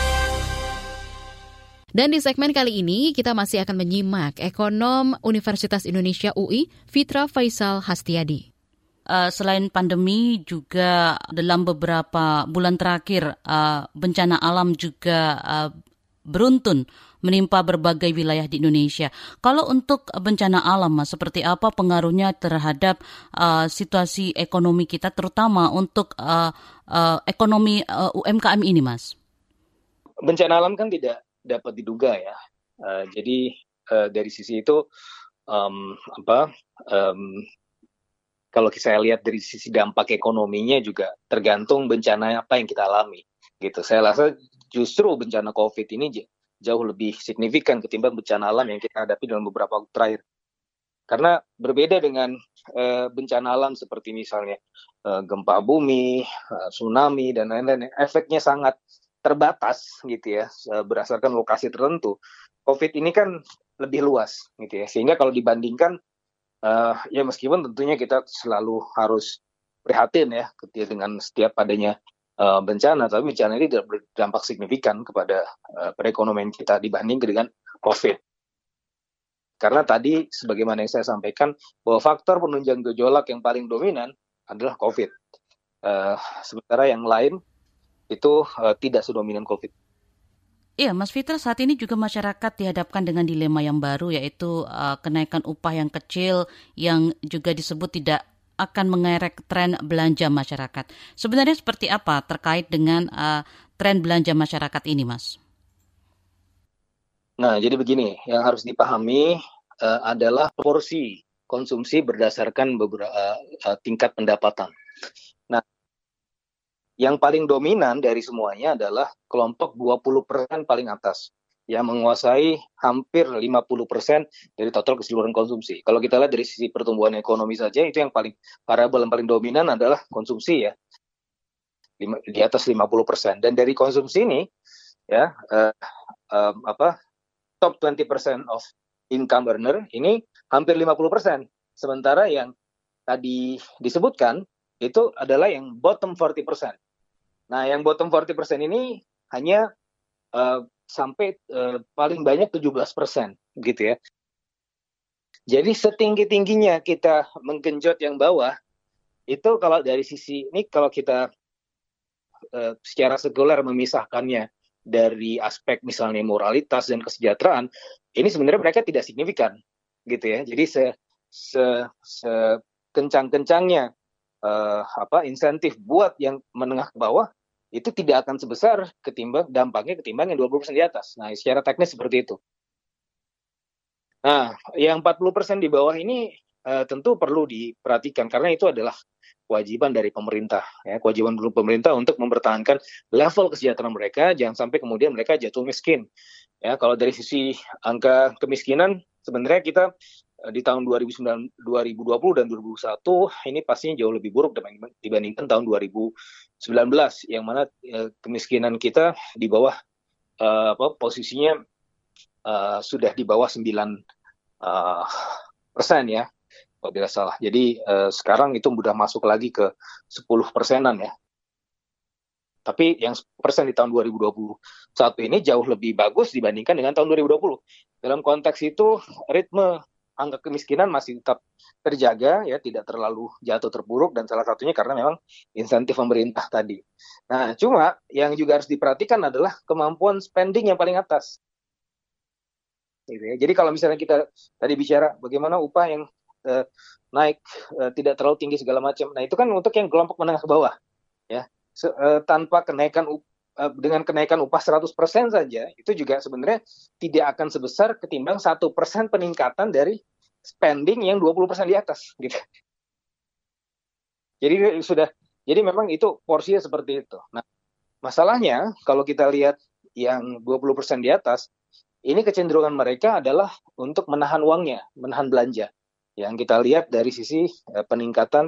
Dan di segmen kali ini kita masih akan menyimak ekonom Universitas Indonesia UI, Fitra Faisal Hastiadi. Selain pandemi juga dalam beberapa bulan terakhir bencana alam juga beruntun menimpa berbagai wilayah di Indonesia. Kalau untuk bencana alam, Mas, seperti apa pengaruhnya terhadap situasi ekonomi kita, terutama untuk ekonomi UMKM ini, Mas? Bencana alam kan tidak dapat diduga ya. Jadi dari sisi itu kalau saya lihat dari sisi dampak ekonominya juga tergantung bencana apa yang kita alami gitu. Saya rasa justru bencana COVID ini jauh lebih signifikan ketimbang bencana alam yang kita hadapi dalam beberapa waktu terakhir. Karena berbeda dengan bencana alam seperti misalnya gempa bumi, tsunami dan lain-lain, efeknya sangat terbatas gitu ya, berdasarkan lokasi tertentu. COVID ini kan lebih luas gitu ya, sehingga kalau dibandingkan ya meskipun tentunya kita selalu harus prihatin ya dengan setiap adanya bencana, tapi bencana ini tidak berdampak signifikan kepada perekonomian kita dibanding dengan COVID. Karena tadi sebagaimana yang saya sampaikan bahwa faktor penunjang gejolak yang paling dominan adalah COVID. Sementara yang lain itu tidak sedominan COVID. Iya, Mas Fitra, saat ini juga masyarakat dihadapkan dengan dilema yang baru, yaitu kenaikan upah yang kecil yang juga disebut tidak akan mengerek tren belanja masyarakat. Sebenarnya seperti apa terkait dengan tren belanja masyarakat ini, Mas? Nah, jadi begini, yang harus dipahami adalah porsi konsumsi berdasarkan beberapa tingkat pendapatan. Nah, yang paling dominan dari semuanya adalah kelompok 20% paling atas yang menguasai hampir 50% dari total keseluruhan konsumsi. Kalau kita lihat dari sisi pertumbuhan ekonomi saja, itu yang paling variabel yang paling dominan adalah konsumsi ya, di atas 50%. Dan dari konsumsi ini ya top 20% of income earner ini hampir 50%. Sementara yang tadi disebutkan itu adalah yang bottom 40%. Nah, yang bottom 40% ini hanya sampai paling banyak 17% gitu ya. Jadi setinggi-tingginya kita menggenjot yang bawah, itu kalau dari sisi ini kalau kita secara sekuler memisahkannya dari aspek misalnya moralitas dan kesejahteraan, ini sebenarnya mereka tidak signifikan gitu ya. Jadi kencang-kencangnya insentif buat yang menengah ke bawah itu tidak akan sebesar ketimbang yang 20% di atas. Nah, secara teknis seperti itu. Nah, yang 40% di bawah ini tentu perlu diperhatikan karena itu adalah kewajiban dari pemerintah ya, kewajiban pemerintah untuk mempertahankan level kesejahteraan mereka, jangan sampai kemudian mereka jatuh miskin. Ya, kalau dari sisi angka kemiskinan sebenarnya kita di tahun 2020 dan 2021 ini pastinya jauh lebih buruk dibandingkan tahun 2019 yang mana kemiskinan kita di bawah posisinya sudah di bawah 9% ya kalau tidak salah. Jadi sekarang itu sudah masuk lagi ke 10%-an ya. Tapi yang 10% di tahun 2021 ini jauh lebih bagus dibandingkan dengan tahun 2020. Dalam konteks itu ritme angka kemiskinan masih tetap terjaga ya, tidak terlalu jatuh terpuruk, dan salah satunya karena memang insentif pemerintah tadi. Nah, cuma yang juga harus diperhatikan adalah kemampuan spending yang paling atas. Gitu ya. Jadi kalau misalnya kita tadi bicara bagaimana upah yang naik tidak terlalu tinggi segala macam. Nah, itu kan untuk yang kelompok menengah ke bawah ya. Tanpa dengan kenaikan upah 100% saja, itu juga sebenarnya tidak akan sebesar ketimbang 1% peningkatan dari spending yang 20% di atas, gitu. Jadi memang itu porsinya seperti itu. Nah, masalahnya kalau kita lihat yang 20% di atas, ini kecenderungan mereka adalah untuk menahan uangnya, menahan belanja. Yang kita lihat dari sisi peningkatan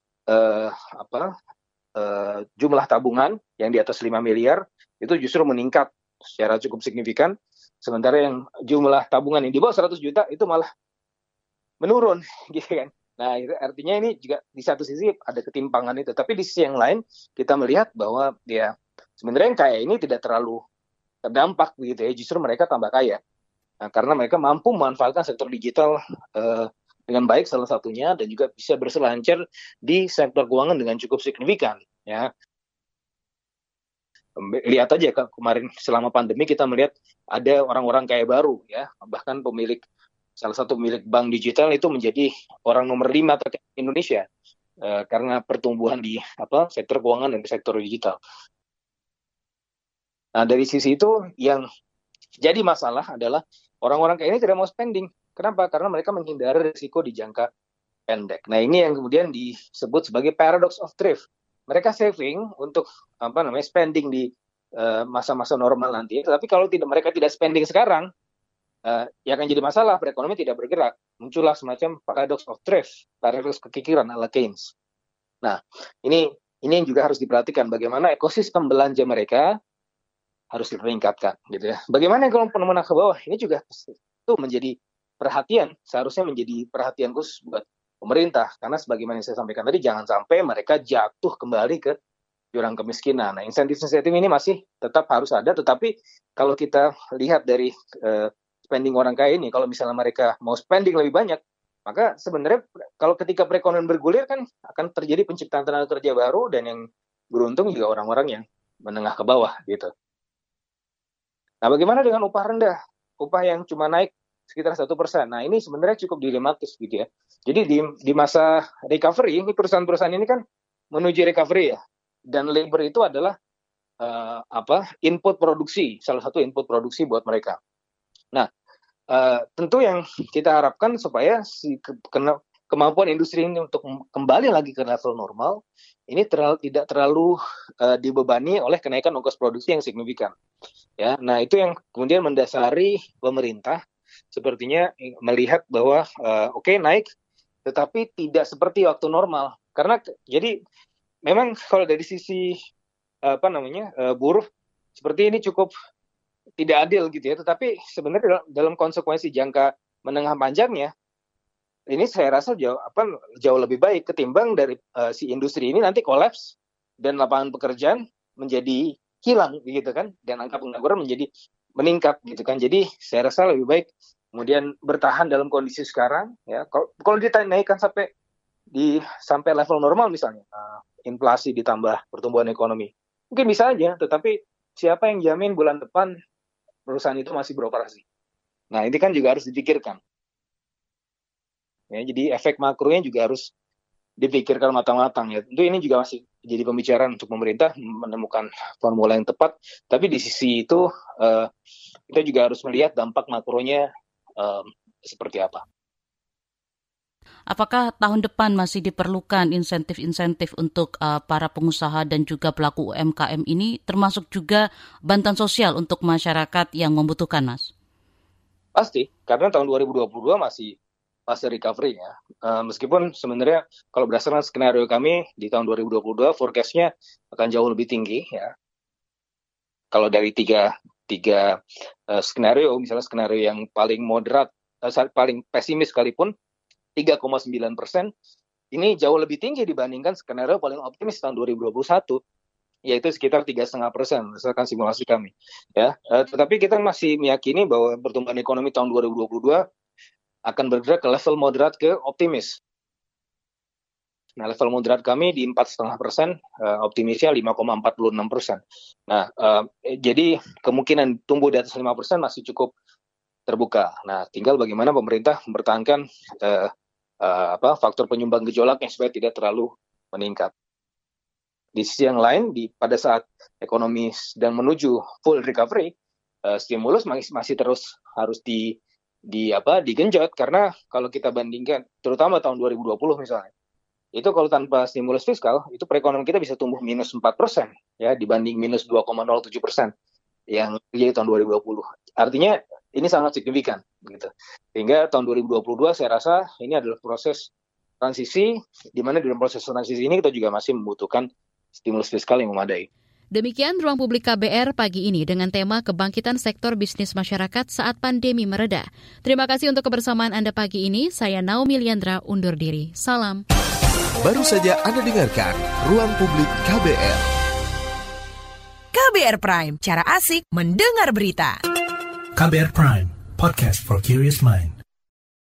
jumlah tabungan yang di atas 5 miliar itu justru meningkat secara cukup signifikan, sementara yang jumlah tabungan yang di bawah 100 juta itu malah menurun gitu kan. Nah, itu artinya ini juga di satu sisi ada ketimpangan itu, tapi di sisi yang lain kita melihat bahwa ya sebenarnya yang kaya ini tidak terlalu terdampak begitu ya, justru mereka tambah kaya. Nah, karena mereka mampu memanfaatkan sektor digital dengan baik salah satunya, dan juga bisa berselancar di sektor keuangan dengan cukup signifikan ya. Lihat aja kemarin selama pandemi kita melihat ada orang-orang kaya baru ya, bahkan salah satu pemilik bank digital itu menjadi orang nomor 5 terkaya di Indonesia karena pertumbuhan di sektor keuangan dan sektor digital. Nah, dari sisi itu yang jadi masalah adalah orang-orang kaya ini tidak mau spending. Kenapa? Karena mereka menghindari risiko di jangka pendek. Nah, ini yang kemudian disebut sebagai paradox of thrift. Mereka saving untuk spending di masa-masa normal nanti. Tapi kalau mereka tidak spending sekarang, ya akan jadi masalah. Perekonomian tidak bergerak. Muncullah semacam paradox of thrift, paradox kekikiran ala Keynes. Nah, ini yang juga harus diperhatikan. Bagaimana ekosistem belanja mereka harus ditingkatkan, gitu ya. Bagaimana kelompok menengah ke bawah? Ini juga itu menjadi perhatian. Seharusnya menjadi perhatian khusus buat pemerintah, karena sebagaimana yang saya sampaikan tadi, jangan sampai mereka jatuh kembali ke jurang kemiskinan. Nah, insentif-insentif ini masih tetap harus ada, tetapi kalau kita lihat dari spending orang kaya ini, kalau misalnya mereka mau spending lebih banyak, maka sebenarnya kalau ketika perekonomian bergulir kan akan terjadi penciptaan tenaga kerja baru, dan yang beruntung juga orang-orang yang menengah ke bawah gitu. Nah, bagaimana dengan upah rendah? Upah yang cuma naik sekitar 1%. Nah, ini sebenarnya cukup dilematis gitu ya. Jadi di masa recovery, ini perusahaan-perusahaan ini kan menuju recovery ya. Dan labor itu adalah input produksi, salah satu input produksi buat mereka. Nah, tentu yang kita harapkan supaya kemampuan industri ini untuk kembali lagi ke level normal, ini tidak terlalu dibebani oleh kenaikan ongkos produksi yang signifikan. Ya, nah itu yang kemudian mendasari pemerintah sepertinya melihat bahwa naik, tetapi tidak seperti waktu normal. Karena jadi memang kalau dari sisi buruh seperti ini cukup tidak adil gitu ya. Tetapi sebenarnya dalam konsekuensi jangka menengah panjangnya ini saya rasa jauh lebih baik ketimbang dari si industri ini nanti kolaps dan lapangan pekerjaan menjadi hilang gitu kan, dan angka pengangguran menjadi meningkat gitu kan. Jadi saya rasa lebih baik kemudian bertahan dalam kondisi sekarang ya. Kalau dinaikkan sampai level normal misalnya, inflasi ditambah pertumbuhan ekonomi, mungkin bisa aja, tetapi siapa yang jamin bulan depan perusahaan itu masih beroperasi? Nah, ini kan juga harus dipikirkan. Ya, jadi efek makronya juga harus dipikirkan matang-matang ya. Tentu ini juga masih jadi pembicaraan untuk pemerintah menemukan formula yang tepat. Tapi di sisi itu kita juga harus melihat dampak makronya seperti apa. Apakah tahun depan masih diperlukan insentif-insentif untuk para pengusaha dan juga pelaku UMKM ini, termasuk juga bantuan sosial untuk masyarakat yang membutuhkan, Mas? Pasti, karena tahun 2022 masih recovery ya. Meskipun sebenarnya kalau berdasarkan skenario kami di tahun 2022 forecast-nya akan jauh lebih tinggi ya. Kalau dari tiga skenario, misalnya skenario yang paling moderat, paling pesimis sekalipun 3,9%, ini jauh lebih tinggi dibandingkan skenario paling optimis tahun 2021, yaitu sekitar 3,5% berdasarkan simulasi kami. Ya, tetapi kita masih meyakini bahwa pertumbuhan ekonomi tahun 2022 akan bergerak ke level moderat ke optimis. Nah, level moderat kami di 4,5%, optimisnya 5,46%. Nah, jadi kemungkinan tumbuh di atas 5% masih cukup terbuka. Nah, tinggal bagaimana pemerintah mempertahankan faktor penyumbang gejolaknya supaya tidak terlalu meningkat. Di sisi yang lain, pada saat ekonomi dan menuju full recovery, stimulus masih terus harus digenjot, karena kalau kita bandingkan terutama tahun 2020 misalnya, itu kalau tanpa stimulus fiskal itu perekonomian kita bisa tumbuh minus 4% ya, dibanding minus 2,07% yang terjadi tahun 2020. Artinya ini sangat signifikan gitu. Sehingga tahun 2022 saya rasa ini adalah proses transisi, di mana dalam proses transisi ini kita juga masih membutuhkan stimulus fiskal yang memadai. Demikian Ruang Publik KBR pagi ini dengan tema Kebangkitan Sektor Bisnis Masyarakat Saat Pandemi Mereda. Terima kasih untuk kebersamaan Anda pagi ini. Saya Naomi Liandra undur diri. Salam. Baru saja Anda dengarkan Ruang Publik KBR. KBR Prime, cara asik mendengar berita. KBR Prime, podcast for curious mind.